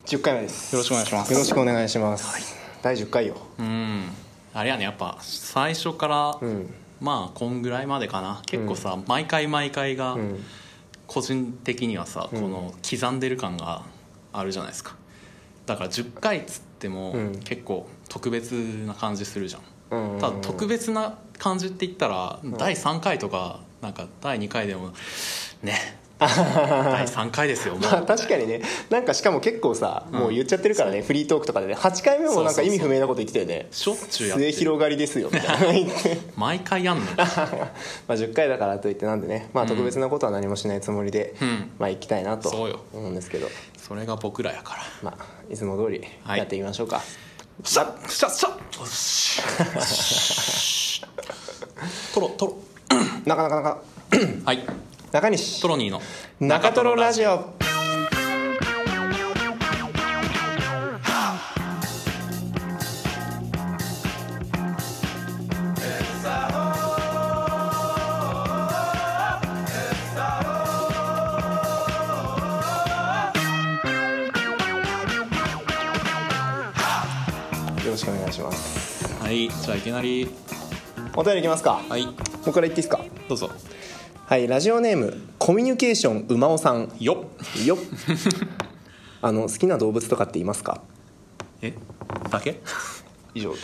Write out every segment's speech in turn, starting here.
10回目です。 よろしくお願いします。 よろしくお願いします、はい、第10回よ。 あれやね、やっぱ最初から、まあこんぐらいまでかな。結構さ、毎回が個人的にはさ、この刻んでる感があるじゃないですか。だから10回っつっても、結構特別な感じするじゃん、ただ特別な感じって言ったら、第3回とかなんか第2回でもね第3回ですよもう、 まあ、確かにね。なんかしかも結構さ、もう言っちゃってるからね、フリートークとかでね。8回目もなんか意味不明なこと言ってたよね。 しょっちゅうやってる。 末広がりですよみたいな言って毎回やんのまあ10回だからといってなんでね、まあ、特別なことは何もしないつもりで、まあ行きたいなと思うんですけど、 それが僕らやから、 まあいつも通りやっていきましょうか。 シャッシャッシャッ、よしトロなかなかはい、 中西トロニーの中トロラジオ。よろしくお願いします。 はい、じゃあいきなりお便りいきますか。 はい、 僕から言っていいですか。 どうぞ。 はい、ラジオネームコミュニケーション馬尾さん。 よっよっ好きな動物とかっていますか。 だけ以上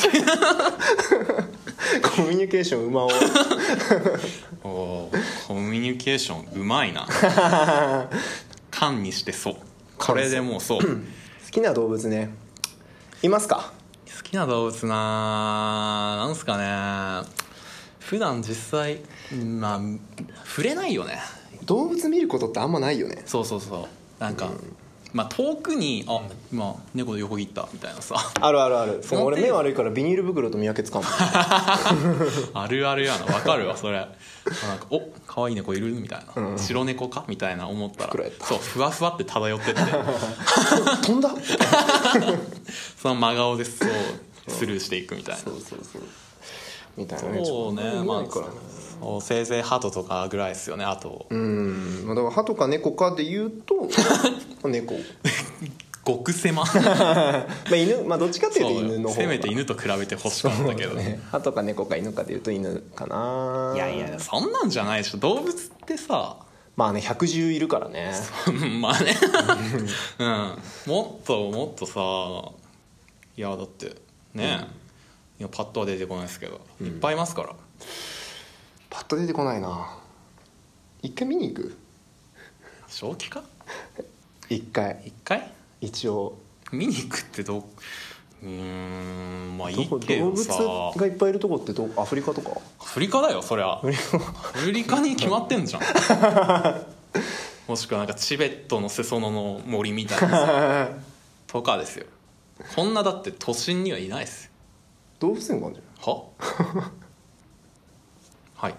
コミュニケーション馬尾おコミュニケーションうまいな缶にしてそう、これでもうそう好きな動物ね、いますか。 好きな動物なんすかね。普段実際まあ触れないよね。 動物見ることってあんまないよね。 そうなんか、まあ遠くに今猫で横切ったみたいなさある俺目悪いからビニール袋と見分けつかんもんあるあるやな、分かるわそれ。なんかお可愛い猫いるみたいな、白猫かみたいな思ったら、そうふわふわって漂ってって飛んだその真顔でそうスルーしていくみたいな。 そうみたいなね。 そうね、まあせいぜい鳩とかぐらいですよね。あとだから鳩か猫かで言うと猫極狭犬、まあどっちかっていうと犬の方が、 せめて犬と比べて欲しかったけどね。鳩か猫か犬かで言うと犬かな。 いやそんなんじゃないでしょ。動物ってさ、 まあね、110いるからねまあねもっとさ、いやだってね、いやパッとは出てこないですけど、いっぱいいますから。 パッと出てこないな。一回見に行く。 正気か。 一回一応見に行くってまあいいけどさ、 動物がいっぱいいるとこってアフリカとか。 アフリカだよそりゃ。アフリカに決まってんじゃんもしくはなんかチベットの裾野の森みたいなとかですよ。こんなだって都心にはいないですよ。 動物園があるんじゃん。 ははい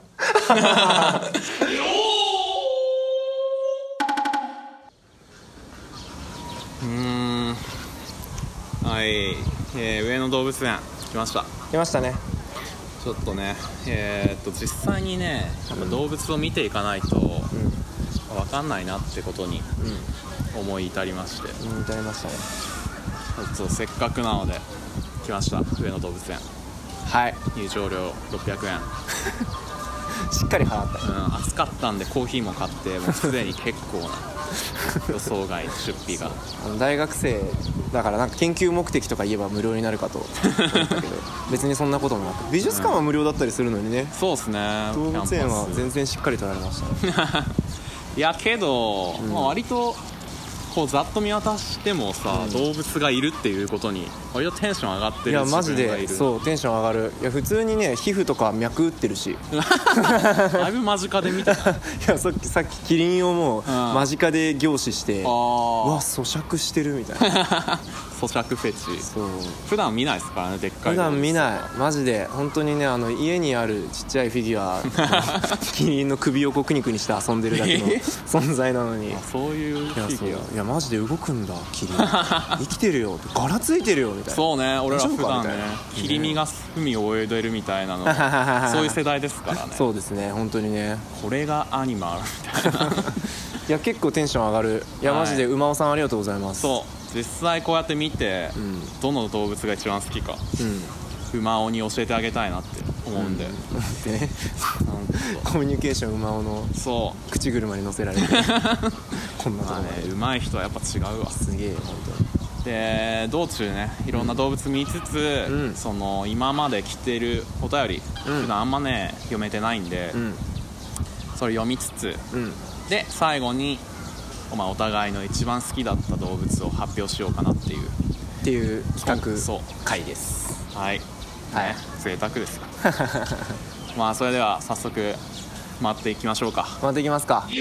はい、上野動物園来ましたね。 ちょっとね、実際にねやっぱ動物を見ていかないと分かんないなってことに思い至りまして、 至りましたね。 ちょっとせっかくなので来ました、上野動物園。 はい、 入場料600円しっかり払った。 暑かったんでコーヒーも買って、もうすでに結構な予想外の出費が大学生だからなんか研究目的とか言えば無料になるかと思ったけど別にそんなこともなく、美術館は無料だったりするのにね、 そうですね。 動物園は全然しっかり取られましたねいやけど、まあ、割とこうざっと見渡してもさ、動物がいるっていうことに割とテンション上がってる。 いやマジでそうテンション上がる。いや普通にね皮膚とか脈打ってるしだいぶ間近で見てたいやさっきキリンをもう間近で凝視して、うわ咀嚼してるみたいな咀嚼フェチ。 そう普段見ないですからね、でっかい。 普段見ない、マジで本当にね、家にあるちっちゃいフィギュアキリンの首をこうクニクニして遊んでるだけの存在なのにそういうフィギュア。 いやマジで動くんだキリン生きてるよ、柄ついてるよみたいな。 そうね、俺ら普段ね切り身が海を泳いでるみたいなのそういう世代ですからね。 そうですね、本当にね、 これがアニマルみたいないや結構テンション上がる。いやマジで馬尾さんありがとうございます。 そう実際こうやって見て、どの動物が一番好きか、馬尾に教えてあげたいなって思うんで、 でねコミュニケーション馬尾のそう口車に乗せられてこんなところで上手い人はやっぱ違うわ。 すげえ本当に。 で道中ねいろんな動物見つつ、その今まで来てるお便り、普段あんまね読めてないんで、それ読みつつ、で最後にお互いの一番好きだった動物を発表しようかなっていう企画会です。 はい、贅沢ですよまあそれでは早速回っていきましょうか。 回っていきますか。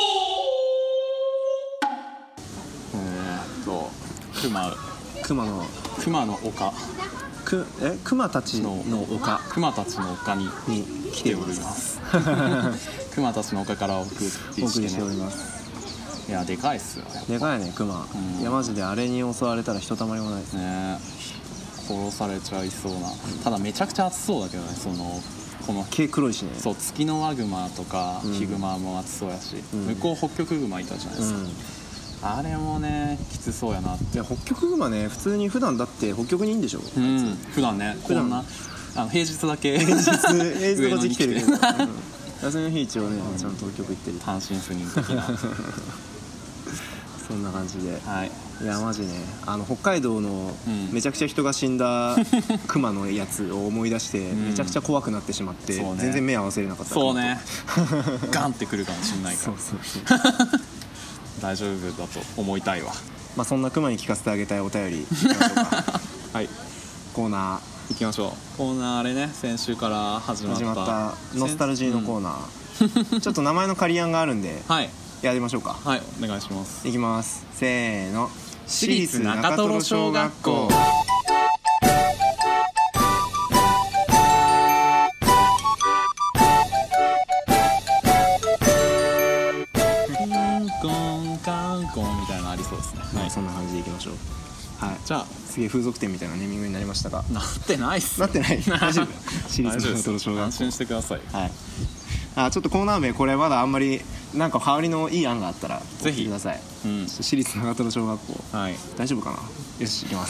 熊の丘、 熊たちの丘に来ております熊たちの丘からお送りしております。いやでかいっすよね。 でかいね熊、いやマジであれに襲われたらひとたまりもないですね。殺されちゃいそうな。ただめちゃくちゃ暑そうだけどね。この毛黒いしね。 そうツキノワグマとかヒグマも暑そうやし、向こうホッキョクグマいたじゃないですか、あれもねきつそうやなって。 いやホッキョクグマね普通に普段だって北極にいいんでしょ。 普段ねこんな平日だけ平日とか時来てるけど、休みの日一応ねちゃんと北極行ってる。 単身赴任的なそんな感じで、 いやマジね北海道のめちゃくちゃ人が死んだクマのやつを思い出してめちゃくちゃ怖くなってしまって、全然目合わせれなかった。 そうねガンってくるかもしれないからそう大丈夫だと思いたいわ。 まあそんなクマに聞かせてあげたいお便りいきましょうかはい、 コーナーいきましょう。コーナーあれね先週から始まったノスタルジーのコーナー、ちょっと名前の仮案があるんで、やりましょうか。 はいお願いします。 いきます。せーの。 私立中トロ小学校。コンカンコンみたいなのありそうですね。 そんな感じでいきましょう。 じゃあすげえ風俗店みたいなネーミングになりましたが。 なってないっす。 なってない。大丈夫。私立中トロ小学校。 安心してください。 ちょっとコーナー名これまだあんまりなんか羽織のいい案があったらぜひください。私立長瀞小学校、大丈夫かな。よし行きます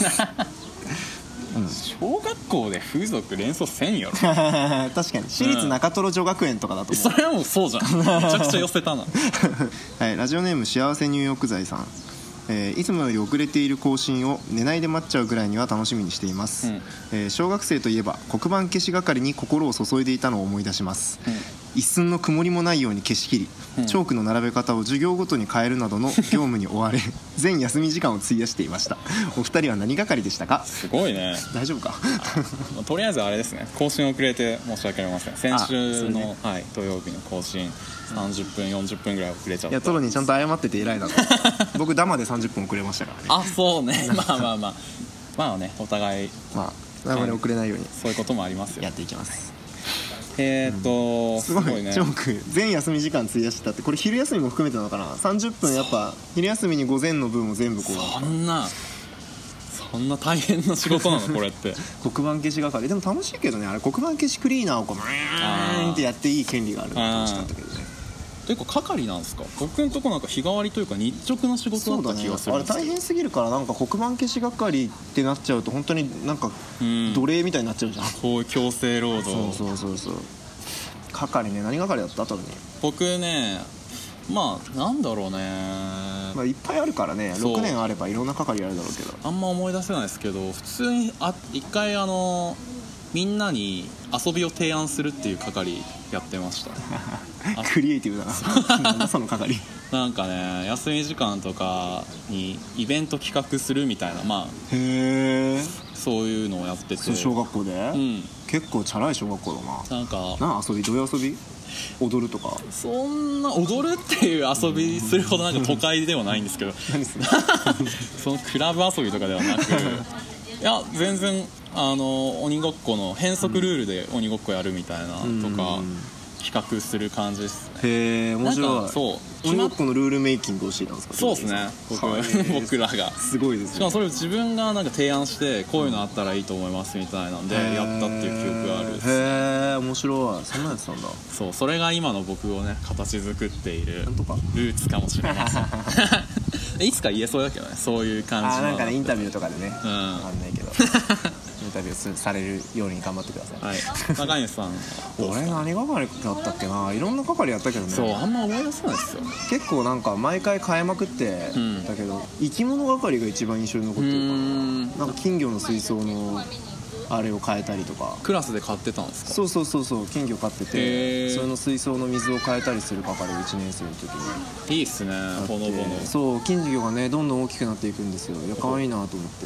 小学校で風俗連想せんやろ確かに私立中瀞女学園とかだと思う。 それはもうそうじゃんめちゃくちゃ寄せたなラジオネーム幸せ入浴剤さん。いつもより遅れている更新を寝ないで待っちゃうぐらいには楽しみにしています、小学生といえば黒板消し係に心を注いでいたのを思い出します、一寸の曇りもないように消し切り、チョークの並べ方を授業ごとに変えるなどの業務に追われ全休み時間を費やしていました。お二人は何係でしたか。 すごいね。 大丈夫かとりあえずあれですね、更新遅れて申し訳ありません。先週の、土曜日の更新30分40分ぐらい遅れちゃった。 いやトロにちゃんと謝ってて偉いなと僕ダマで30分遅れましたからね。 あそうねまあねお互いダマで遅れないようにそういうこともありますよ。 やっていきます。 すごいね。 チョーク全休み時間費やしたって、これ昼休みも含めてなのかな。30分やっぱ昼休みに午前の分を全部こう。 そんな大変な仕事なのこれって黒板消し係でも楽しいけどね。あれ黒板消しクリーナーをこうってやっていい権利があるの楽しかったけどね。 ていうか係なんですか。僕のとこなんか日替わりというか日直の仕事だった気がするんですけど、 あれ大変すぎるからなんか黒板消し係ってなっちゃうと本当になんか奴隷みたいになっちゃうじゃん。 こういう強制労働。 そう係ね。何係だった多分ね。 僕ねなんだろうね、 いっぱいあるからね。6年あればいろんな係あるだろうけどあんま思い出せないですけど、普通に一回みんなに遊びを提案するっていう係やってましたクリエイティブだななんだその係なんかね休み時間とかにイベント企画するみたいなへえそういうのをやってて。 小学校で、結構チャラい小学校だな。なんか遊びどういう遊び。踊るとか。 そんな踊るっていう遊びするほどなんか都会ではないんですけど何するそのクラブ遊びとかではなくいや全然鬼ごっこの変則ルールで鬼ごっこやるみたいなとか企画する感じですね。 へえ面白い。 そう鬼ごっこのルールメイキングを教えたんですか。 そうですね僕らがすごいですね。 しかもそれを自分がなんか提案してこういうのあったらいいと思いますみたいなんでやったっていう記憶がある。 へえ面白い。そんなやつなんだ。 そうそれが今の僕をね形作っているルーツかもしれませんいつか言えそうだけどね、そういう感じの。 なんかねインタビューとかでね、 うん、 わかんないけどインタビューされるように頑張ってください。 はい。中西さん俺何係だったっけな、いろんな係やったけどね。 そう、あんま思い出せないですよね。 結構なんか毎回変えまくって、 うん、 だけど生き物係が一番印象に残ってるかな。なんか金魚の水槽のあれを変えたりとか。 クラスで買ってたんですか？ そう金魚飼ってて、それの水槽の水を変えたりする係を1年生の時に。 いいっすね、ほのぼの。 そう金魚がねどんどん大きくなっていくんですよ。いや可愛いなと思って。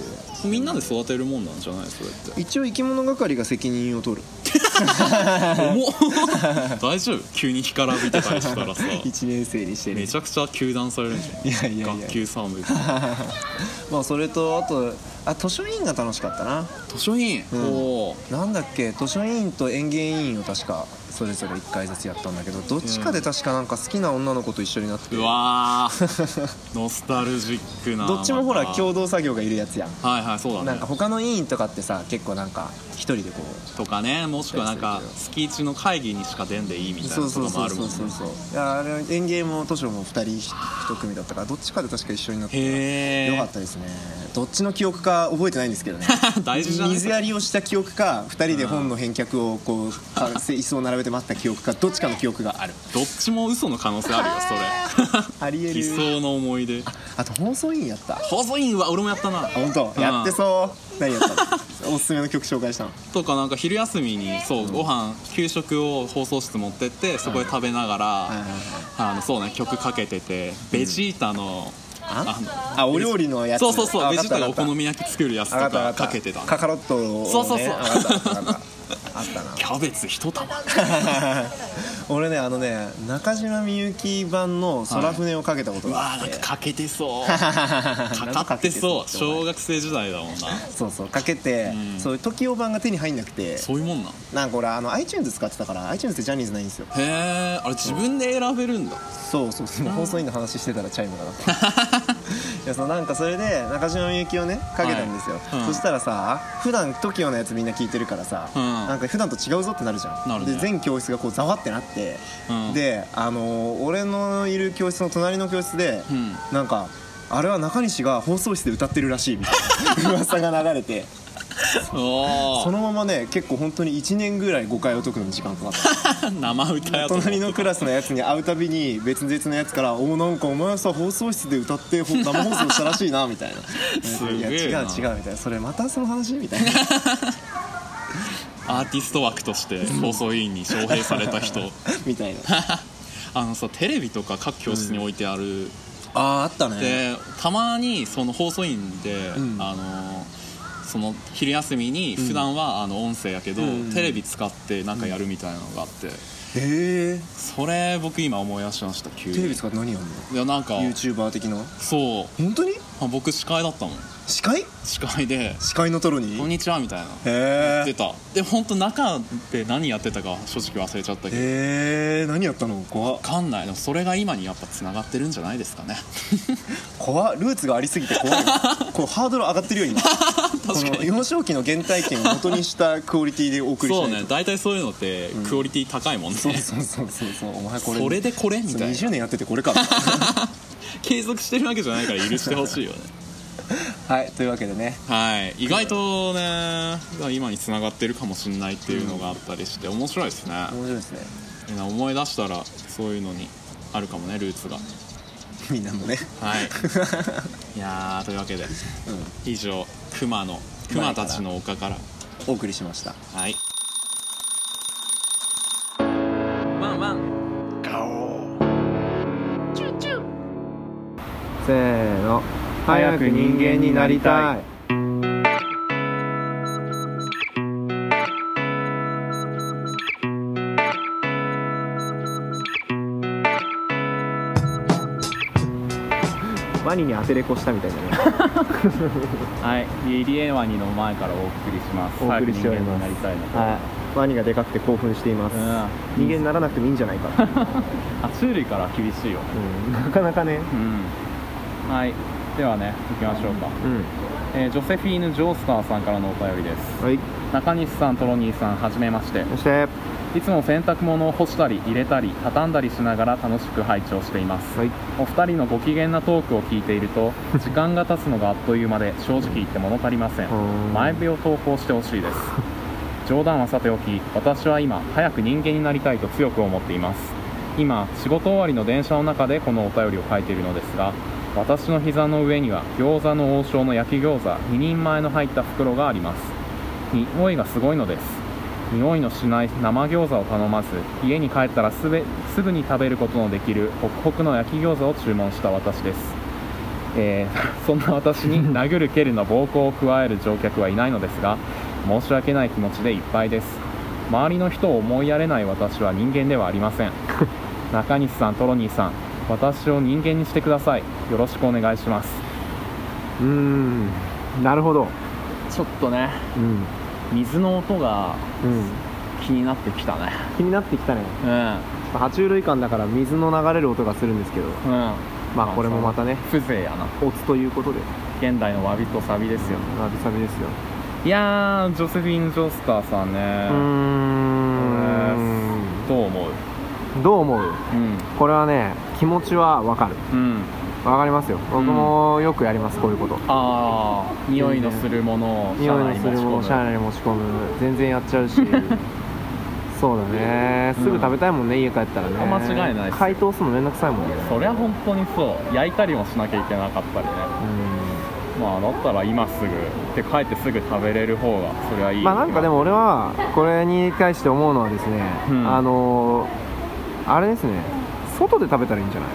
みんなで育てるもんなんじゃない？それって一応生き物係が責任を取る重っ大丈夫？急に干からびてたりしたらさ 1年生にしてる。 めちゃくちゃ糾弾されるんじゃん。いや学級サームまあそれとあと図書委員が楽しかったな。 図書委員、 おなんだっけ、図書委員と園芸委員を確かそれぞれ1回ずつやったんだけど、どっちかで確かなんか好きな女の子と一緒になって、 うわーノスタルジックな。 どっちもほら共同作業がいるやつやん。 はいはい、そうだね。 なんか他の委員とかってさ結構なんか一人でこうとかね、もしくはなんか月1の会議にしか出んでいいみたいなとこもあるもんね。 いやあれ園芸も図書も2人1組だったからどっちかで確か一緒になってよかったですね。どっちの記憶か覚えてないんですけどね大事じゃない？ 水やりをした記憶か2人で本の返却をこう椅子を並べて待った記憶かどっちかの記憶がある。 どっちも嘘の可能性あるよそれありえる。 理想の思い出。 あと放送委員やった。 放送委員は俺もやったな。 本当、やってそう。何やったのおすすめの曲紹介したのとか、なんか昼休みにそう、ご飯給食を放送室持ってってそこで食べながら、そうね、曲かけてて、ベジータのお料理のやつ。 そうベジータがお好み焼き作るやつとかかけてた。 カカロットをね、 そうあったな。 キャベツ一玉俺ね中島みゆき版の空船をかけたことがあって、 なんかかけてそうかかってそう。小学生時代だもんな。 そうかけて、そういう時用版が手に入んなくて。 そういうもんなんか俺iTunes 使ってたから、 iTunes ってジャニーズないんですよ。 へえ、あれ自分で選べるんだ。 そう放送委員の話してたらチャイムが鳴ったいやなんかそれで中島みゆきをねかけたんですよ、そしたらさ、普段 TOKIO のやつみんな聞いてるからさ、なんか普段と違うぞってなるじゃん。で全教室がこうざわってなって、で俺のいる教室の隣の教室で、なんかあれは中西が放送室で歌ってるらしいみたいな噂が流れてそのままね結構本当に1年ぐらい誤解を解くのに時間かかった生歌やと隣のクラスのやつに会うたびに別々のやつから「なんかお前さ放送室で歌って生放送したらしいな」みたいなすげえな。 いや違うみたいな、それまたその話みたいなアーティスト枠として放送委員に招聘された人みたいなさ、テレビとか各教室に置いてある、 あったね。 でたまにその放送委員で、その昼休みに普段は音声やけど、テレビ使ってなんかやるみたいなのがあって、それ僕今思い出しました。急にテレビ使って何やるの？ いやなんか YouTuber 的な。 そう本当に？ 僕司会だったもん。 司会で司会のトロにこんにちはみたいな言ってた。で本当中で何やってたか正直忘れちゃったけど、 何やったの？怖っ。 分かんない。でもそれが今にやっぱつながってるんじゃないですかね怖っ。ルーツがありすぎて怖いこうハードル上がってるよ今確かに幼少期の原体験を元にしたクオリティでお送りしないと。 そうね、大体そういうのってクオリティ高いもんね、 そうお前これそれでこれみたいな。 20年やっててこれか継続してるわけじゃないから許してほしいよねはい、というわけでね、 意外とね今に繋がってるかもしれないっていうのがあったりして面白いですね。 面白いですね。 思い出したらそういうのにあるかもね、ルーツが。 みんなもねいやというわけで、以上熊たちの丘からお送りしました。 はい。ワンワン顔チューチューせーの、早く人間になりたい。ワニに当てれこしたみたいなねはい、イリエワニの前からお送りします。 お送りしております。 早く人間になりたいので、 はい、ワニがでかくて興奮しています。人間にならなくてもいいんじゃないか爬虫類から厳しいよ、 なかなかね、 はい、ではね行きましょうか。ジョセフィーヌ・ジョースターさんからのお便りです。 はい。 中西さん、トロニーさん、はじめまして。 そしていつも洗濯物を干したり入れたり畳んだりしながら楽しく拝聴しています、 はい。 お二人のご機嫌なトークを聞いていると時間が経つのがあっという間で正直言って物足りません。前部を投稿してほしいです。冗談はさておき、私は今早く人間になりたいと強く思っています。今仕事終わりの電車の中でこのお便りを書いているのですが、私の膝の上には餃子の王将の焼き餃子2人前の入った袋があります。匂いがすごいのです。匂いのしない生餃子を頼まず、家に帰ったらすぐに食べることのできるホクホクの焼き餃子を注文した私です。そんな私に殴る蹴るの暴行を加える乗客はいないのですが、申し訳ない気持ちでいっぱいです。周りの人を思いやれない私は人間ではありません。中西さん、トロニーさん、私を人間にしてください。よろしくお願いします。 なるほど。 ちょっとね、水の音が気になってきたね。 気になってきたね。爬虫類館だから水の流れる音がするんですけど、まあこれもまたね、 風情やな。 オツということで、 現代のわびとさびですよ。 わびさびですよ。 いやー、ジョセフィン・ジョスターさんね、どう思う？ これはね、気持ちはわかる。わかりますよ。僕もよくやります、こういうこと。 匂いのするものを車内に持ち込む。 全然やっちゃうしそうだね、すぐ食べたいもんね、家帰ったらね。 間違いないです。 解凍するのめんどくさいもんね。 そりゃ本当にそう。焼いたりもしなきゃいけなかったりね。まあだったら今すぐで帰ってすぐ食べれる方がそりゃいい。 まあなんかでも俺はこれに対して思うのはですね、あれですね、外で食べたらいいんじゃない？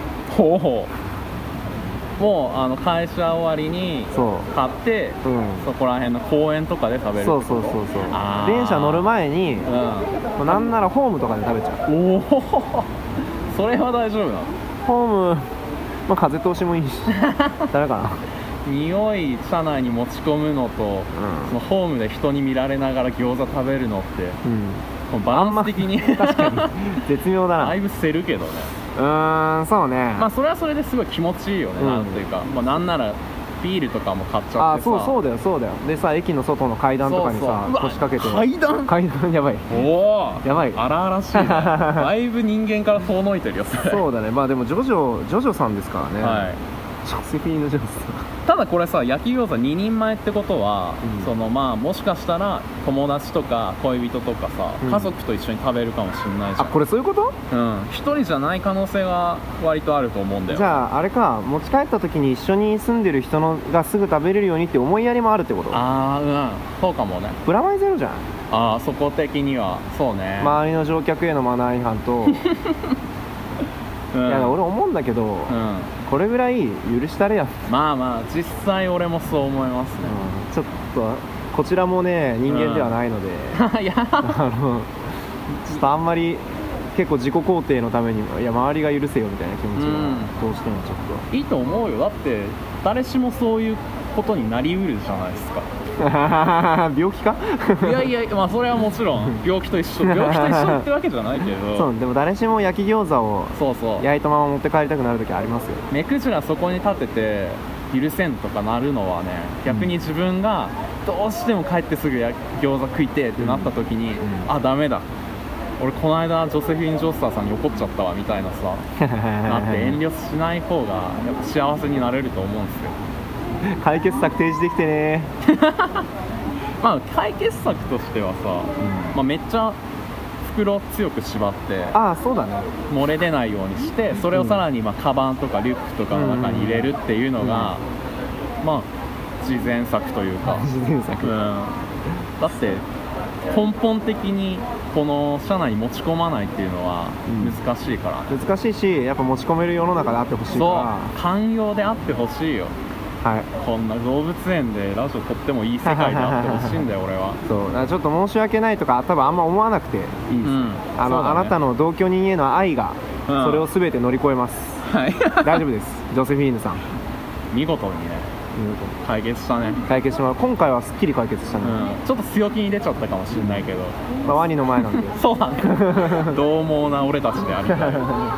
もう会社終わりに買って、そこら辺の公園とかで食べる。 そう電車乗る前に、なんならホームとかで食べちゃう。 それは大丈夫なの？ ホーム、まあ、風通しもいいしダメかな。 匂い車内に持ち込むのと、そのホームで人に見られながら餃子食べるのって、バランス的に確かに絶妙だな。 だいぶせるけどね。 そうね。 まあそれはそれですごい気持ちいいよね。なんていうか、まあなんならビールとかも買っちゃってさ。 そうだよ。でさ、駅の外の階段とかにさ腰掛けて。階段やばい。やばい。 荒々しいね。だいぶ人間から遠のいてるよ。 そうだね。まあでもジョジョさんですからね。はい。ジョセフィーヌ・ジョースさん。 ただこれさ、焼き餃子2人前ってことは、そのまあもしかしたら友達とか恋人とかさ、家族と一緒に食べるかもしれないじゃん。 これそういうこと？ 一人じゃない可能性が割とあると思うんだよ。 じゃああれか、持ち帰った時に一緒に住んでる人のがすぐ食べれるようにって思いやりもあるってこと？ そうかもね。 プラマイゼロじゃん。 そこ的にはそうね。 周りの乗客へのマナー違反といや俺思うんだけど、これぐらい許したれや。 まあ実際俺もそう思いますね、 ちょっとこちらもね人間ではないので、 いやちょっとあんまり結構自己肯定のためにいや周りが許せよみたいな気持ちがどうしてもちょっと、 いいと思うよ。だって誰しもそういうことになりうるじゃないですか。 病気かいやまあそれはもちろん病気と一緒ってわけじゃないけどそうでも誰しも焼き餃子を焼いたまま持って帰りたくなる時ありますよ。 目くじらそこに立てて許せんとかなるのはね、逆に自分がどうしても帰ってすぐ餃子食いてってなった時に、ダメだ俺この間ジョセフィン・ジョスターさんに怒っちゃったわみたいなさなって遠慮しない方がやっぱ幸せになれると思うんですよ。 解決策提示できてねまあ解決策としてはさ、めっちゃ袋強く縛ってそうだね、 漏れ出ないようにして、それをさらにカバンとかリュックとかの中に入れるっていうのが、まあ事前策というか事前策、 だって根本的にこの車内に持ち込まないっていうのは難しいから、 難しいしやっぱ持ち込める世の中であってほしいから、 そう寛容であってほしいよ。こんな動物園でラジオ撮ってもいい世界であってほしいんだよ俺は。 そうだからちょっと申し訳ないとか多分あんま思わなくていいです、あなたの同居人への愛がそれを全て乗り越えます、大丈夫ですジョセフィーヌさん。 見事にね解決したね。 解決します。今回はすっきり解決したね、 ちょっと強気に出ちゃったかもしれないけど、 ワニの前なんでそうなんだ獰猛な俺たちでありたい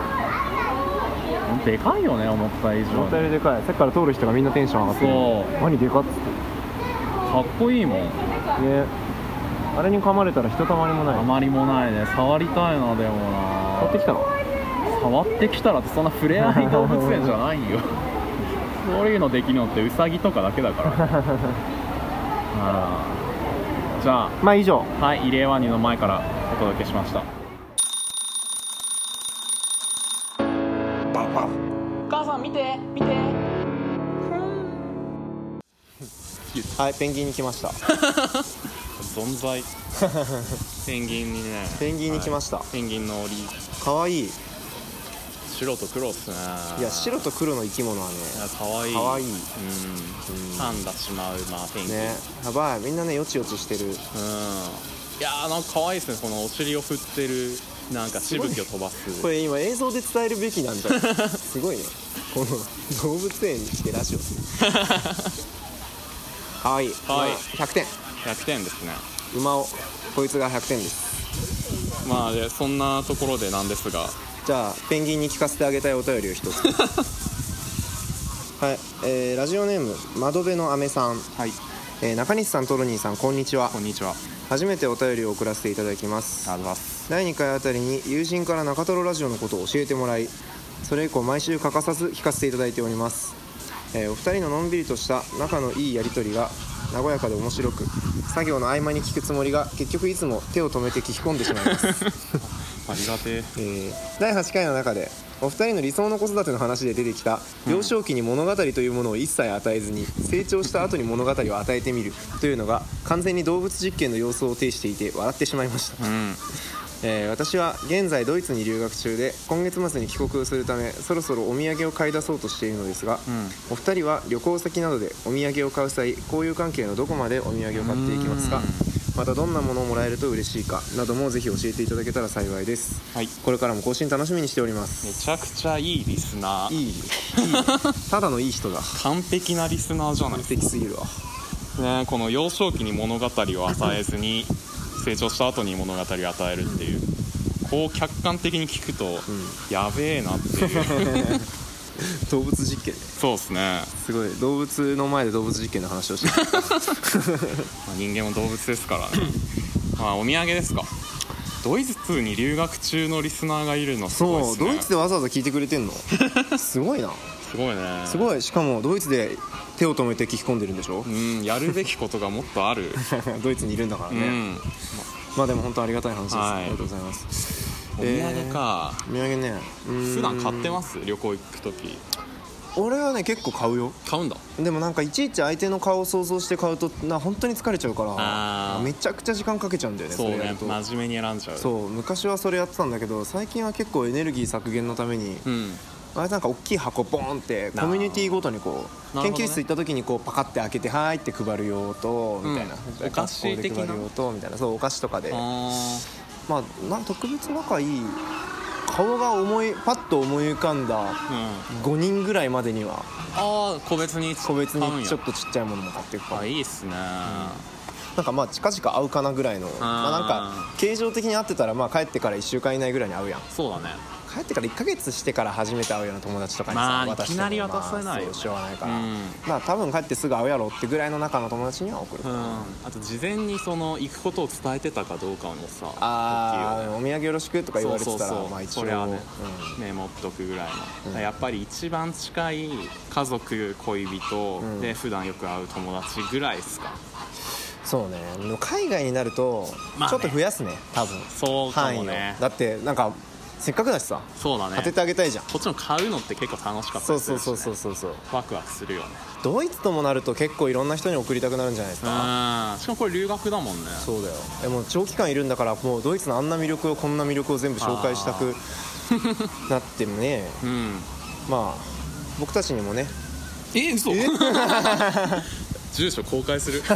でかいよね、思った以上に。 思ったよりでかい。さっきから通る人がみんなテンション上がってる。ワニでかっつってかっこいいもんね。 あれに噛まれたらひとたまりもない。 あまりもないね。触りたいな。でもな、 触ってきたの？ 触ってきたらってそんな触れ合い動物園じゃないよそういうのできるのってウサギとかだけだからじゃあまあ以上、 はい、慰霊ワニの前からお届けしました。お母さん見て見てはい、ペンギンに来ました存在ペンギンにね、 ペンギンに来ました、 はい、ペンギンの檻、 かわいい。 白と黒っすね。 いや、白と黒の生き物はね、 かわいい。 かわいい。 パンダシマウマペンギンね、やばい、みんなねよちよちしてる。 いやー、なんかかわいいですね。このお尻を振ってる、なんかしぶきを飛ばす。 これ今映像で伝えるべきなんだすごいね、この動物園に来てラジオかわいい。 かわいい。 100点。 100点ですね。 馬を、こいつが100点です。 まあでそんなところでなんですが、 じゃあペンギンに聞かせてあげたいお便りを一つはい、ラジオネーム窓辺のアメさん。 はい、 中西さん、トロニーさん、こんにちは。 こんにちは。 初めてお便りを送らせていただきます。 ありがとうございます。 第2回あたりに友人から中トロラジオのことを教えてもらい、それ以降毎週欠かさず聞かせていただいております。お二人ののんびりとした仲のいいやり取りが和やかで面白く、作業の合間に聞くつもりが結局いつも手を止めて聞き込んでしまいますありがてえ。第8回の中でお二人の理想の子育ての話で出てきた、幼少期に物語というものを一切与えずに成長した後に物語を与えてみるというのが完全に動物実験の様相を呈していて笑ってしまいました。私は現在ドイツに留学中で、今月末に帰国するためそろそろお土産を買い出そうとしているのですが、お二人は旅行先などでお土産を買う際、交友関係のどこまでお土産を買っていきますか？またどんなものをもらえると嬉しいかなどもぜひ教えていただけたら幸いです。 はい、 これからも更新楽しみにしております。 めちゃくちゃいいリスナー。 いいただのいい人だ。 完璧なリスナーじゃないですか。 完璧すぎるわ、 ね、この幼少期に物語を与えずに成長した後に物語を与えるっていう、こう客観的に聞くと、やべえなっていう動物実験。 そうですね。 すごい、動物の前で動物実験の話をして人間も動物ですからねお土産ですか。ドイツに留学中のリスナーがいるのすごいですね。 そう、ドイツでわざわざ聞いてくれてんのすごいな。 すごいね。 すごい。しかもドイツで手を止めて聞き込んでるんでしょ。 やるべきことがもっとあるドイツにいるんだからね、まあでも本当ありがたい話です、 はい、 ありがとうございます。 お土産か、 お土産ね、 普段買ってます？旅行行くとき。 俺はね結構買うよ。 買うんだ。 でもなんかいちいち相手の顔を想像して買うと本当に疲れちゃうから、めちゃくちゃ時間かけちゃうんだよね。 そうね、 それやると真面目に選んじゃう。 そう、昔はそれやってたんだけど、最近は結構エネルギー削減のために、あれなんか大きい箱ボーンってコミュニティごとにこう、研究室行った時にこうパカって開けてはーいって配る用とみたいな、 お菓子的な配る用とみたいな、そうお菓子とかで、まあ特別仲いい、顔がパッと思い浮かんだ5人ぐらいまでには、 個別にちょっとちっちゃいものも買っていくから。 いいっすね。 なんかまあ近々会うかなぐらいの、なんか形状的に会ってたら帰ってから1週間以内ぐらいに会うやん。 そうだね。 帰ってから1ヶ月してから初めて会うような友達とかにさ、 いきなり渡せないよ、 しょうがないから、多分帰ってすぐ会うやろってぐらいの仲の友達には送る。 あと事前にその行くことを伝えてたかどうかもさ、 お土産よろしくとか言われてたら、まあ一応それはね、メモっとくぐらいの、やっぱり一番近い家族、恋人で普段よく会う友達ぐらいですか。 そうね。海外になるとちょっと増やすね、多分。 そうかもね。 だってなんかせっかくだしさ、 そうだね、 当ててあげたいじゃん。 こっちも買うのって結構楽しかったりするし、ね、 そうワクワクするよね。 ドイツともなると結構いろんな人に送りたくなるんじゃないですか。 しかもこれ留学だもんね。 そうだよ。でも長期間いるんだから、もうドイツのあんな魅力を、こんな魅力を全部紹介したくなってねまあ僕たちにもね。 嘘住所公開するい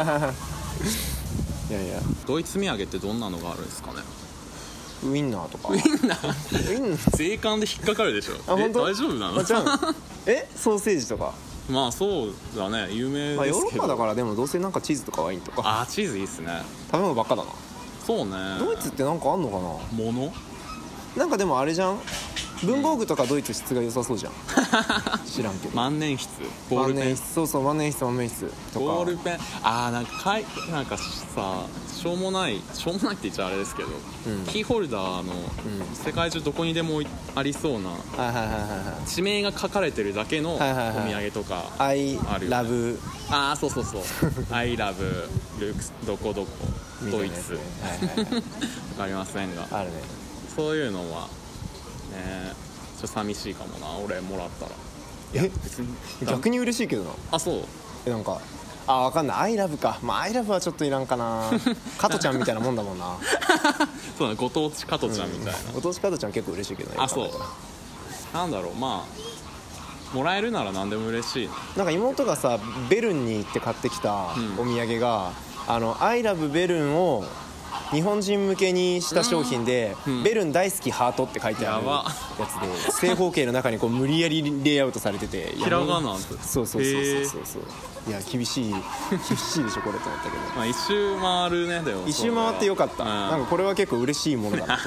やいや、 ドイツ土産ってどんなのがあるんですかね。 ウインナーとか。 税関で引っかかるでしょ。大丈夫なの？ ソーセージとか。 まあそうだね、有名ですけど、 ヨーロッパだから。でもどうせなんかチーズとかワインとか。 チーズいいっすね。 食べ物ばっかだな。 そうね。 ドイツってなんかあんのかな。 物なんかでもあれじゃん、文房具とかドイツ質が良さそうじゃん知らんけど。 万年筆、ボールペン、 そうそう、万年筆とかボールペン、なんかさ、 しょうもないって言っちゃあれですけど、キーホルダーの世界中どこにでもありそうな地名が書かれてるだけのお土産とかあるよね。 I love ああそうI love ルークスどこどこドイツわかりませんが、 あるね。 そういうのはねちょっと寂しいかもな、俺もらったら。別に逆に嬉しいけどな。 あ、そうなんか分かんない。アイラブか。まあアイラブはちょっといらんかな。加トちゃんみたいなもんだもんな。 そうだ、ご当地加トちゃんみたいな、 ご当地加トちゃん結構嬉しいけどね。 あ、そうなんだろう、まあもらえるなら何でも嬉しいな。 なんか妹がさベルンに行って買ってきたお土産が、アイラブベルンを日本人向けにした商品で、ベルン大好きハートって書いてあるやつで、正方形の中にこう無理やりレイアウトされてて、 ひらがな。 そういや厳しいでしょこれと思ったけど、 まあ一周回るね。でも一周回ってよかった、なんかこれは結構嬉しいものだな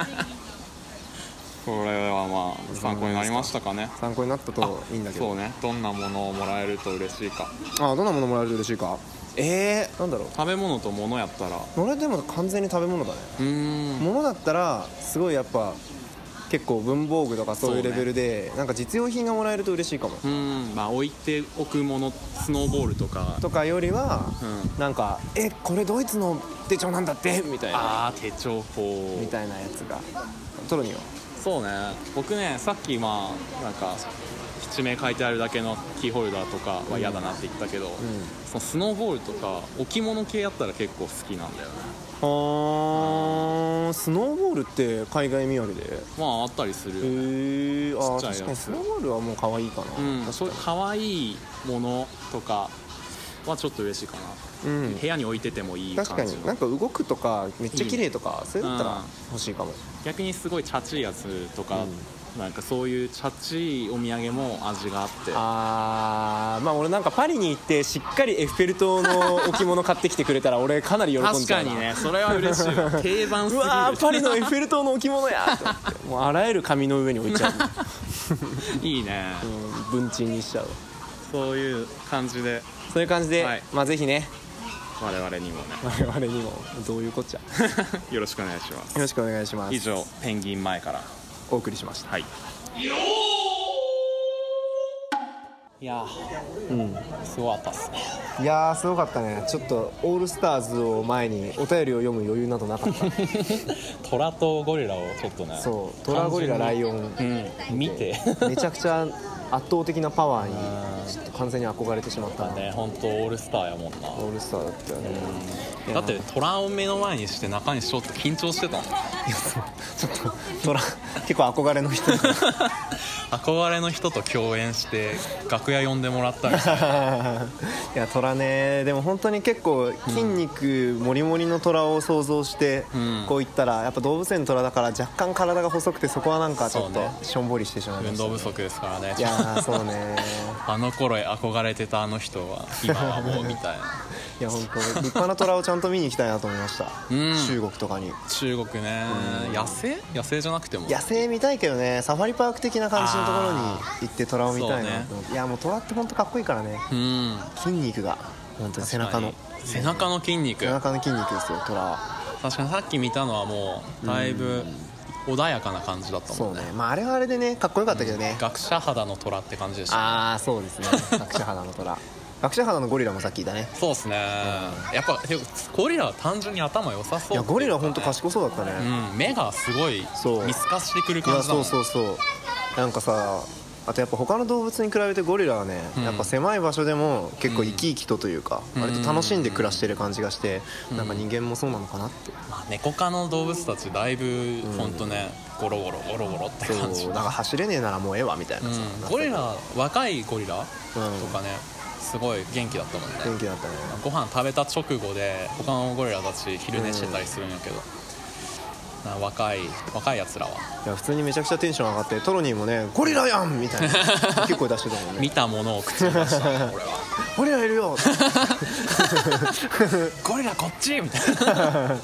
これはまあ参考になりましたかね。 参考になったといいんだけど。 そうね、どんなものをもらえると嬉しいか。 どんなものもらえると嬉しいか。なんだろう。 食べ物と物やったら、 俺でも完全に食べ物だね。物だったらすごいやっぱ結構文房具とかそういうレベルで、なんか実用品がもらえると嬉しいかも。 まあ置いておくもの、スノーボールとかよりは、なんかこれドイツの手帳なんだってみたいな。 手帳法みたいなやつがトロニーは。 そうね、僕ねさっきなんか地名書いてあるだけのキーホルダーとかは嫌だなって言ったけど、そのスノーボールとか置物系やったら結構好きなんだよね。 スノーボールって海外土産であったりするよ。 確かにスノーボールはもう可愛いかな。 そういう可愛いものとかはちょっと嬉しいかな。部屋に置いててもいい感じの。 確かになんか動くとかめっちゃ綺麗とかそういうのだったら欲しいかも。 逆にすごいチャチいやつとか、なんかそういうチャチいお土産も味があって、 まあ俺なんかパリに行ってしっかりエッフェル塔の置物買ってきてくれたら俺かなり喜んじゃうな。 確かにね、それは嬉しいわ定番すぎる。 パリのエッフェル塔の置物やと思ってもうあらゆる紙の上に置いちゃういいね、 文鎮にしちゃう。 そういう感じで、 まあぜひね我々にもどういうこっちゃよろしくお願いします。 よろしくお願いします。 以上ペンギン前からお送りしました。 はい。いやすごかったっすね。 いやすごかったね。ちょっとオールスターズを前にお便りを読む余裕などなかったトラとゴリラをちょっとね、 そうトラゴリラライオン、 見てめちゃくちゃ圧倒的なパワーにちょっと完全に憧れてしまったね。本当オールスターやもんな。 オールスターだったよね。 だってトラを目の前にして中西ちょっと緊張してたもん。 ちょっとトラ結構憧れの人憧れの人と共演して楽屋呼んでもらったみたいな。 いやトラね、でも本当に結構筋肉もりもりのトラを想像してこう言ったら、やっぱ動物園のトラだから若干体が細くて、そこはなんかちょっとしょんぼりしてしまいました、ね、 運動不足ですからね。 いやそうねあの頃憧れてたあの人は今はもうみたいな。 いや本当立派なトラをちゃんと見に行きたいなと思いました、中国とかに。 中国ね、野生じゃなくても野生見たいけどね、サファリパーク的な感じのところに行ってトラを見たいなと思って、いやもうトラって本当かっこいいからね、筋肉が本当に背中の筋肉ですよトラは。 確かにさっき見たのはもうだいぶ穏やかな感じだったもんね。 そうね、まああれはあれでねかっこよかったけどね、 学者肌の虎って感じでしたね。 そうですね学者肌の虎学者肌のゴリラもさっきいたね。 そうですね、やっぱゴリラは単純に頭良さそう。 いやゴリラ本当賢そうだったね、 目がすごい見透かしてくる感じだもん。 そうなんかさ、あとやっぱ他の動物に比べてゴリラはね、やっぱ狭い場所でも結構生き生きというか、割と楽しんで暮らしてる感じがして、なんか人間もそうなのかなって。 猫科の動物たちだいぶ本当ね、ゴロゴロって感じ。 なんか走れねえならもうええわみたいなさ、 ゴリラ、若いゴリラとかね、すごい元気だったもんね。 元気だったね。 ご飯食べた直後で他のゴリラたち昼寝してたりするんやけど、若いやつらは、 いや普通にめちゃくちゃテンション上がって、トロニーもねゴリラやんみたいな結構出してたもんね。 見たものを口に出した俺はゴリラいるよゴリラこっちみたいなはい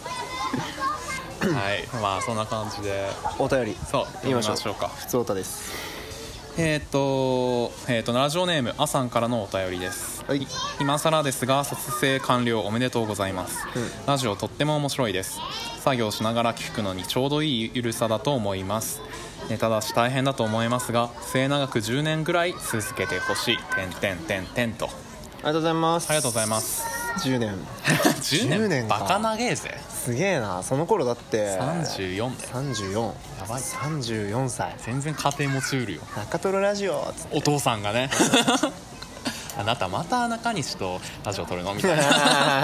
、まあそんな感じでお便り読みましょうか。 ふつおたです。 ラジオネームあさんからのお便りです、 はい。 今更ですが卒生完了おめでとうございます、ラジオとっても面白いです。作業しながら聞くのにちょうどいいゆるさだと思います。ただし大変だと思いますが末永く10年ぐらい続けてほしい。とありがとうございます。 ありがとうございます。 10年 10 10 年年かバカ長えぜ。 すげえな。その頃だって 34で 34。 やばい。 34歳。 全然家庭持ちうるよ。 中トロラジオつってお父さんがねあなたまた中西とラジオ撮るのみたいな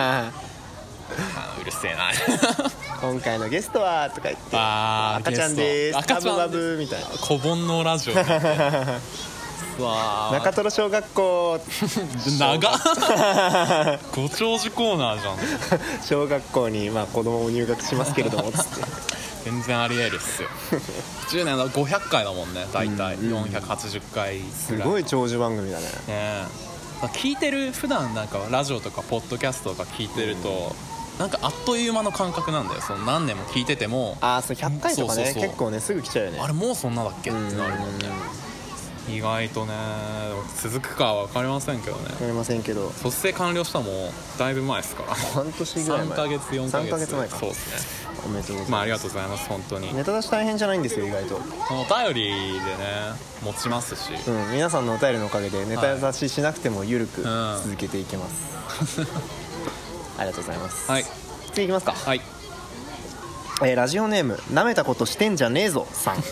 うるせえな今回のゲストはとか言って赤ちゃんでーすバブバブみたいな小盆のラジオわ中トロ小学校長っご長寿コーナーじゃん小学校に子供も入学しますけれどもつって全然ありえるっすよ10年だ500回だもんね大体、480回すごい長寿番組だね。 聞いてる普段なんかラジオとかポッドキャストとか聞いてると、なんかあっという間の感覚なんだよ。その何年も聞いててもそう100回とかねそう結構ねすぐ来ちゃうよね。 あれもうそんなだっけってなるもんね。意外とね続くかは分かりませんけどね。 わかりませんけど卒生完了したもうだいぶ前ですから半年ぐらい前 3ヶ月4ヶ月 3ヶ月前か。 そうですね。 おめでとうございます。 ありがとうございます本当に。 ネタ出し大変じゃないんですよ意外と。 お便りでね持ちますし、 皆さんのお便りのおかげでネタ出ししなくても緩く続けていけます、ありがとうございます。 はい、 次いきますか。 はい。 ラジオネームなめたことしてんじゃねえぞさんはい、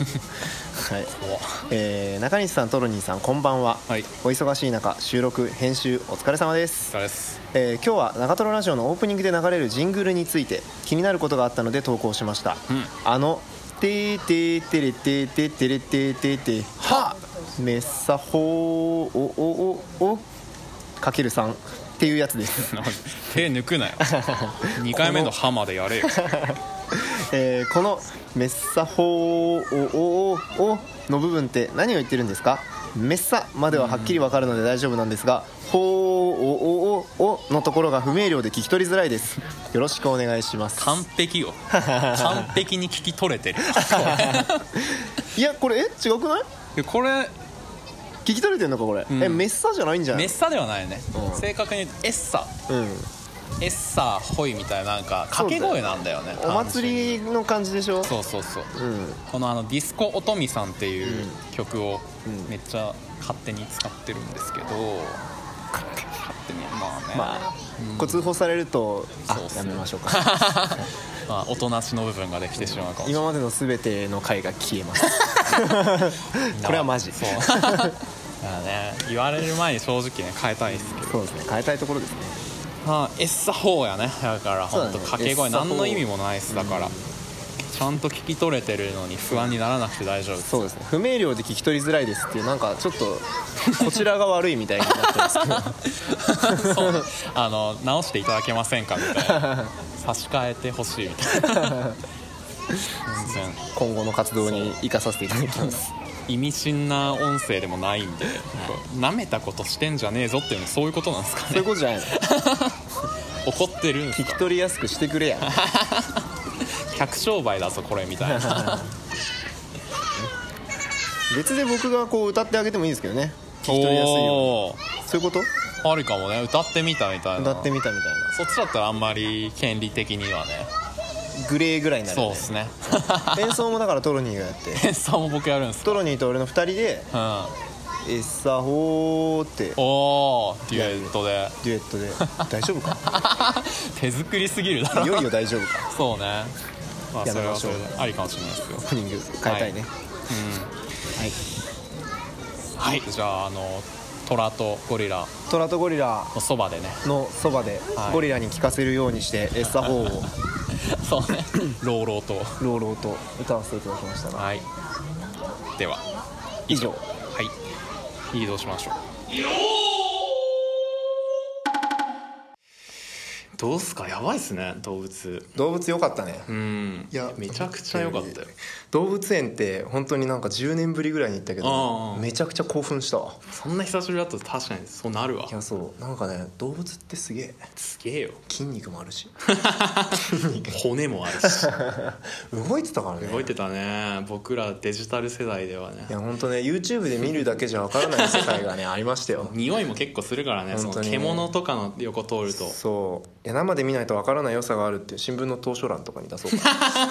中西さんトロニーさんこんばんは、 はい、 お忙しい中収録編集お疲れ様です。 お疲れです。 今日は長瀞ラジオのオープニングで流れるジングルについて気になることがあったので投稿しました、てーてーてれてーてーてれてーてーてーはめっさほーおかける3っていうやつです手抜くなよ2回目の歯までやれよこのメッサホーおの部分って何を言ってるんですか？メッサまでははっきりわかるので大丈夫なんですが、ホーおのところが不明瞭で聞き取りづらいです。よろしくお願いします。 完璧よ完璧に聞き取れてるいやこれ違くない？ これ聞き取れてるのかこれ、メッサじゃないんじゃない？ メッサではないね、正確に言うとエッサ、エッサホイみたいななんか掛け声なんだよね。 お祭りの感じでしょ。 そう、このディスコおとみさんっていう曲をめっちゃ勝手に使ってるんですけど、勝手にこれ通報されるとやめましょうかおとなしの部分ができてしまうかもしれない。 今までの全ての回が消えますこれはマジそうだからね、言われる前に正直ね変えたいですけど。 そうですね、変えたいところですね。 エッサホーやね。だから本当掛け声何の意味もないっす。だからちゃんと聞き取れてるのに不安にならなくて大丈夫です。 そうですね、不明瞭で聞き取りづらいですっていうなんかちょっとこちらが悪いみたいになってますけどそう直していただけませんかみたいな差し替えてほしいみたいな全然今後の活動に生かさせていただきます意味深な音声でもないんで、なめたことしてんじゃねえぞっていうのはそういうことなんですかね。 そういうことじゃないの怒ってるんですか。 聞き取りやすくしてくれや客商売だぞこれみたいな別で僕がこう歌ってあげてもいいですけどね、聞き取りやすいように。そういうことあるかもね。歌ってみたみたいな。 歌ってみたみたいな。 そっちだったらあんまり権利的にはねグレーぐらいになるよね。 そうですね演奏もだからトロニーがやって演奏も僕やるんですか。 トロニーと俺の2人でエッサホーってデュエットで大丈夫か手作りすぎるだろ。 いよいよ大丈夫かそうね、それはそれでありかもしれないですよ。 オープニング変えたいね。 はい、じゃあトラとゴリラのそばでねゴリラに聴かせるようにしてエッサホーをそうね朗々と歌わせていただきましたが、 では以上。 移動しましょう。 どうすか、やばいっすね動物。 動物良かったね。 いやめちゃくちゃ良かったよ。 動物園って本当になんか10年ぶりぐらいに行ったけどめちゃくちゃ興奮したわ。 そんな久しぶりだと確かにそうなるわ。 いやそうなんかね動物ってすげえよ、 筋肉もあるし骨もあるし動いてたからね。 動いてたね。僕らデジタル世代ではね。 いや本当ね YouTube で見るだけじゃ分からない世界がねありましたよ。 匂いも結構するからね、その獣とかの横通ると。 そういや生で見ないと分からない良さがあるっていう新聞の投書欄とかに出そうか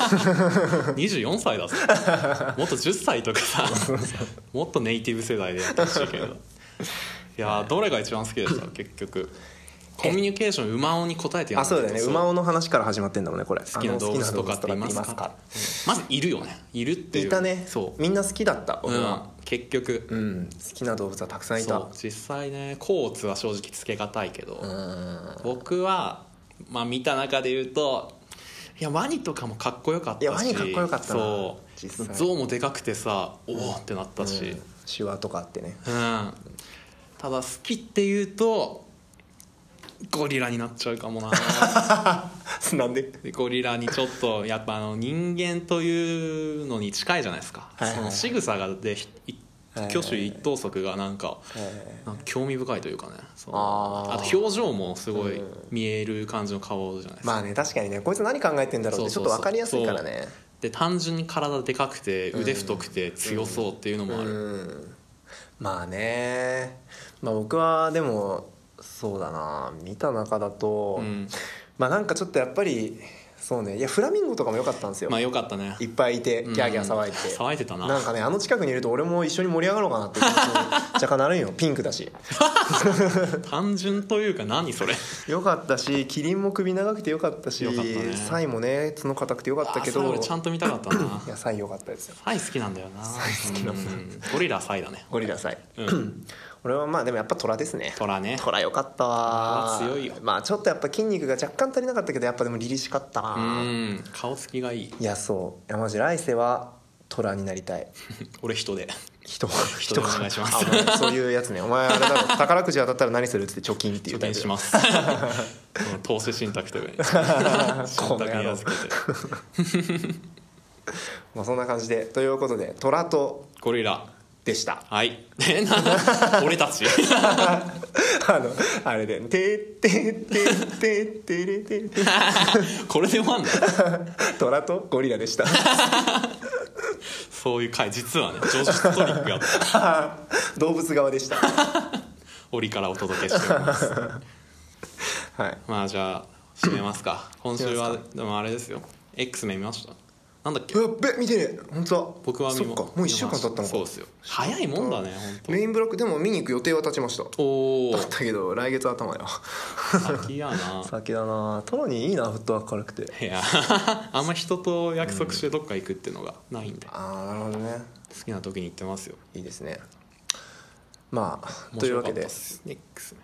24歳だぞもっと10歳とかさもっとネイティブ世代でやってほしいけどいやどれが一番好きでした結局。コミュニケーション馬尾に答えてやるんだけど。 そうだよね、馬尾の話から始まってんだもんねこれ。 好きな動物とかっていますか。まずいるよね、いるっていう。 いたね。 そうみんな好きだった俺は、 結局、 好きな動物はたくさんいた。 そう実際ねコーツは正直つけがたいけど、僕はまあ見た中で言うといやワニとかもかっこよかったし。いやワニかっこよかったな。 そうゾウもでかくてさおおってなったし、 シワとかあってね。 ただ好きっていうとゴリラになっちゃうかもななんで。 ゴリラにちょっとやっぱ人間というのに近いじゃないですか、その仕草がで挙手一投足がなんか興味深いというかね。あと表情もすごい見える感じの顔じゃないですか。 まあね確かにねこいつ何考えてんだろうってちょっと分かりやすいからね。 で単純に体でかくて腕太くて強そうっていうのもある。 まあねまあ僕はでもそうだな見た中だと、まあなんかちょっとやっぱりそうねいやフラミンゴとかも良かったんですよ。 まあ良かったね。 いっぱいいてギャーギャー騒いでて、 騒いでたな。 なんかねあの近くにいると俺も一緒に盛り上がろうかなって気持ちに若干なるんよ。ピンクだし単純というか何それ良かったしキリンも首長くて良かったし、 良かったね。 サイもね角硬くて良かったけど、 俺ちゃんと見たかったな。 いやサイ良かったですよ。 サイ好きなんだよな。 サイ好きなんだ。 ゴリラサイだね。 ゴリラサイ、俺はまあでもやっぱトラですね。 トラね。 トラ良かったわ。 強いよ。 まあちょっとやっぱ筋肉が若干足りなかったけどやっぱでも凛々しかったな。 顔つきがいい。 いやそういやマジ来世はトラになりたい俺人で人でお願いします。 そういうやつね。お前あれだろ宝くじ当たったら何するっつって貯金っていうタイプ。 貯金します投資信託とかに信託に預けてまあそんな感じでということでトラとゴリラでした。 はい俺たちあれで「てってってってってれて」 これで終わんだトラとゴリラでしたそういう回実はねジョージ・ストリックがあった動物側でした檻からお届けしておりますはい。 まあじゃあ締めますか。今週はでもあれですよ X メン見ました。なんだっけ。 やっべ見てね本当だ。 僕はそっかもう1週間経ったのか。 そうですよ。早いもんだね本当。 メインブロックでも見に行く予定は立ちました。 おお。 だったけど来月頭や先やな先だな。トロニーいいなフットワーク軽くて。 いやあんま人と約束してどっか行くっていうのがないんで、 ああなるほどね。 好きな時に行ってますよ。 いいですね。まあというわけで X メン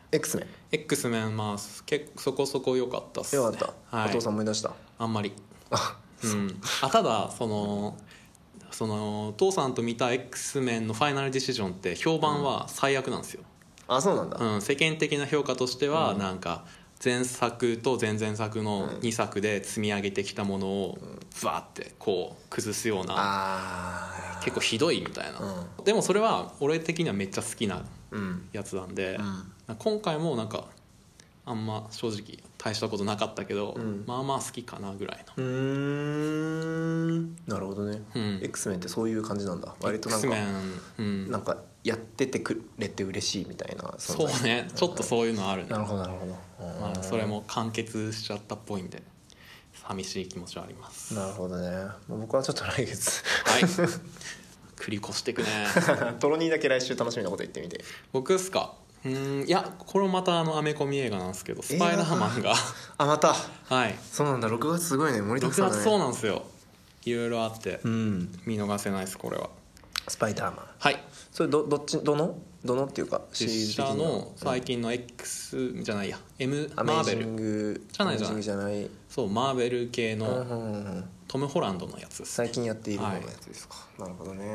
X メンまあそこそこ良かったっすね。 よかった、はい、お父さん思い出した。 あんまりただその父さんと見た X メンのファイナルディシジョンって評判は最悪なんですよ。 あそうなんだ。 世間的な評価としてはなんか前作と前々作の2作で積み上げてきたものをバーってこう崩すような、結構ひどいみたいな、でもそれは俺的にはめっちゃ好きなやつなんで、今回もなんかあんま正直大したことなかったけど、まあまあ好きかなぐらいの。 なるほどね、X メンってそういう感じなんだ。割となんか X メン、 なんかやっててくれて嬉しいみたいな。 そうねちょっとそういうのあるね。 なるほどなるほど。 まあそれも完結しちゃったっぽいんで寂しい気持ちはあります。 なるほどね。僕はちょっと来月はい繰り越していくねトロニーだけ来週楽しみなこと言ってみて。 僕っすか。いやこれもまたアメコミ映画なんですけどスパイダーマンがまたはいそうなんだ。6月すごいね盛りだくさんだね。 6月そうなんですよ。いろいろあって見逃せないですこれは。 スパイダーマン。 はいそれどのっていうかシリーズ的実には写の最近の X じゃないやアメージングじゃないそうマーベル系のトム・ホランドのやつです。 最近やっているようなやつですか。なるほどね。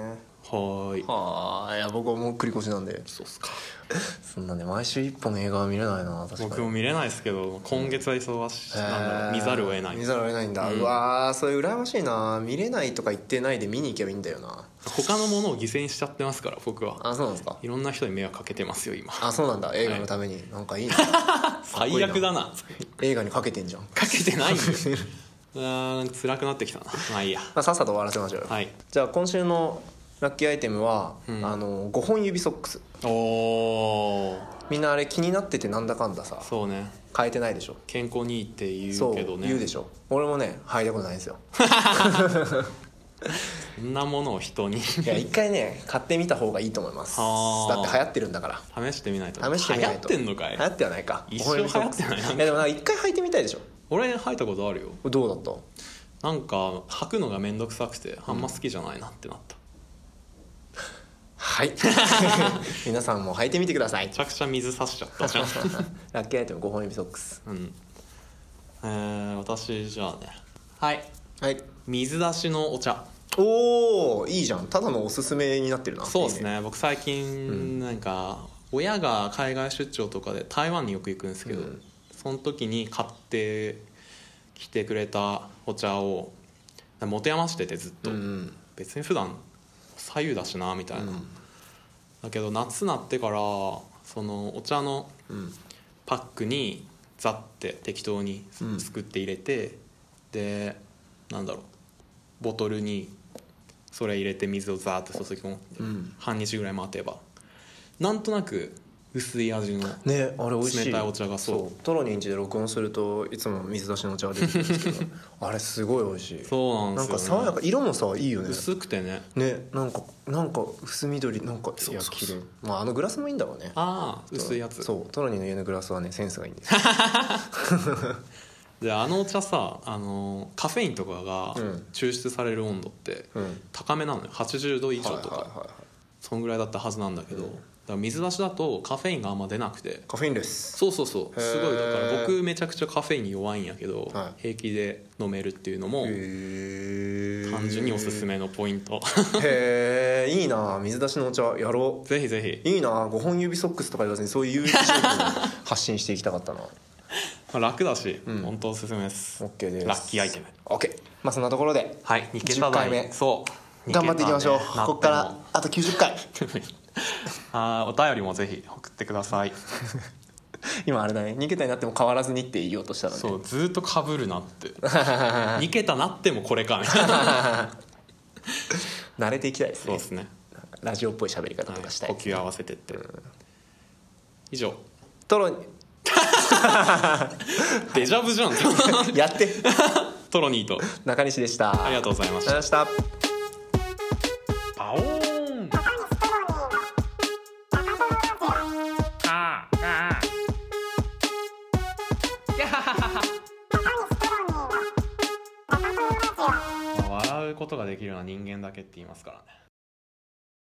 ーい。 はあ、いや僕はもう繰り越しなんで。 そうっすか。 そんなね毎週1本の映画は見れないな。確かに僕も見れないですけど今月は忙しい、なんだろう、見ざるを得ない。 見ざるを得ないんだ、うわーそれ羨ましいな。見れないとか言ってないで見に行けばいいんだよな。 他のものを犠牲にしちゃってますから僕は。 あ、そうなんですか。 いろんな人に迷惑かけてますよ今。 あ、そうなんだ。映画のために、なんかいいな。 最悪だな。 映画にかけてんじゃん。 かけてないんだよ辛くなってきたな。まあいいや。 まあ、さっさと終わらせましょうよ。 はい。 じゃあ今週のラッキーアイテムは、5本指ソックス。 おー、 みんなあれ気になっててなんだかんださそうね、 変えてないでしょ。 健康にいいって言そううけどね。 言うでしょ。俺もね履いたことないんですよ。 そんなものを人にいや一回ね買ってみた方がいいと思います。 あーだって流行ってるんだから試してみないと。 試してみないと。 流行ってんのかい。 流行ってはないか。 一生流行ってない。 いやでもなんか一回履いてみたいでしょ。 俺履いたことあるよ。 どうだった。 なんか履くのがめんどくさくてあんま好きじゃないなってなった、 はい皆さんも履いてみてください。 めちゃくちゃ水差しちゃったじゃんラッキーアイテム5本指ソックス。 私じゃあね、はいはい。 水出しのお茶。 おおいいじゃん。ただのおすすめになってるな。 そうですね。僕最近なんか親が海外出張とかで台湾によく行くんですけど、その時に買ってきてくれたお茶を持て余しててずっと、別に普段白湯だしなみたいな、だけど夏なってからそのお茶のパックにザッて適当にすくって入れて、でなんだろう、ボトルにそれ入れて水をザーッと注ぎ込んで、半日ぐらい待てばなんとなく薄い味のね、あれ美味しい冷たいお茶がそうトロニンチで録音するといつも水出しのお茶が出てくるんですけどあれすごい美味しい。 そうなんですよ、ね、 なんか爽やか、色もさいいよね。 薄くてね、 なんか薄緑なんかいや綺麗。まあグラスもいいんだろうね。 ああ薄いやつ。 そうトロニンの家のグラスはねセンスがいいんですでお茶さカフェインとかが抽出される温度って高めなのよ。80度以上とかそんぐらいだったはずなんだけど、だから水出しだとカフェインがあんま出なくて。 カフェインレス。 そうすごい。だから僕めちゃくちゃカフェインに弱いんやけど、 はい平気で飲めるっていうのも単純におすすめのポイントへえいいな。水出しのお茶やろう。 ぜひぜひ。 いいな。5本指ソックスとか言わずにそういう有益情報を発信していきたかったな楽だし、本当おすすめです。 OK です。 ラッキーアイテム。 OK。まあそんなところではい2桁台 10回目そう頑張っていきましょう。 二桁ねここからあと90回お便りもぜひ送ってください今あれだね、2桁になっても変わらずにって言おうとしたのね。 そうずっと被るなって2桁なってもこれかみたいな慣れていきたいですね。 そうですね、 ラジオっぽい喋り方とかしたい、 呼吸合わせてって、以上トロにデジャブじゃんやってトロニーと中西でした。 ありがとうございました。 ありがとうございました。 パオーン笑うことができるのは人間だけって言いますからね。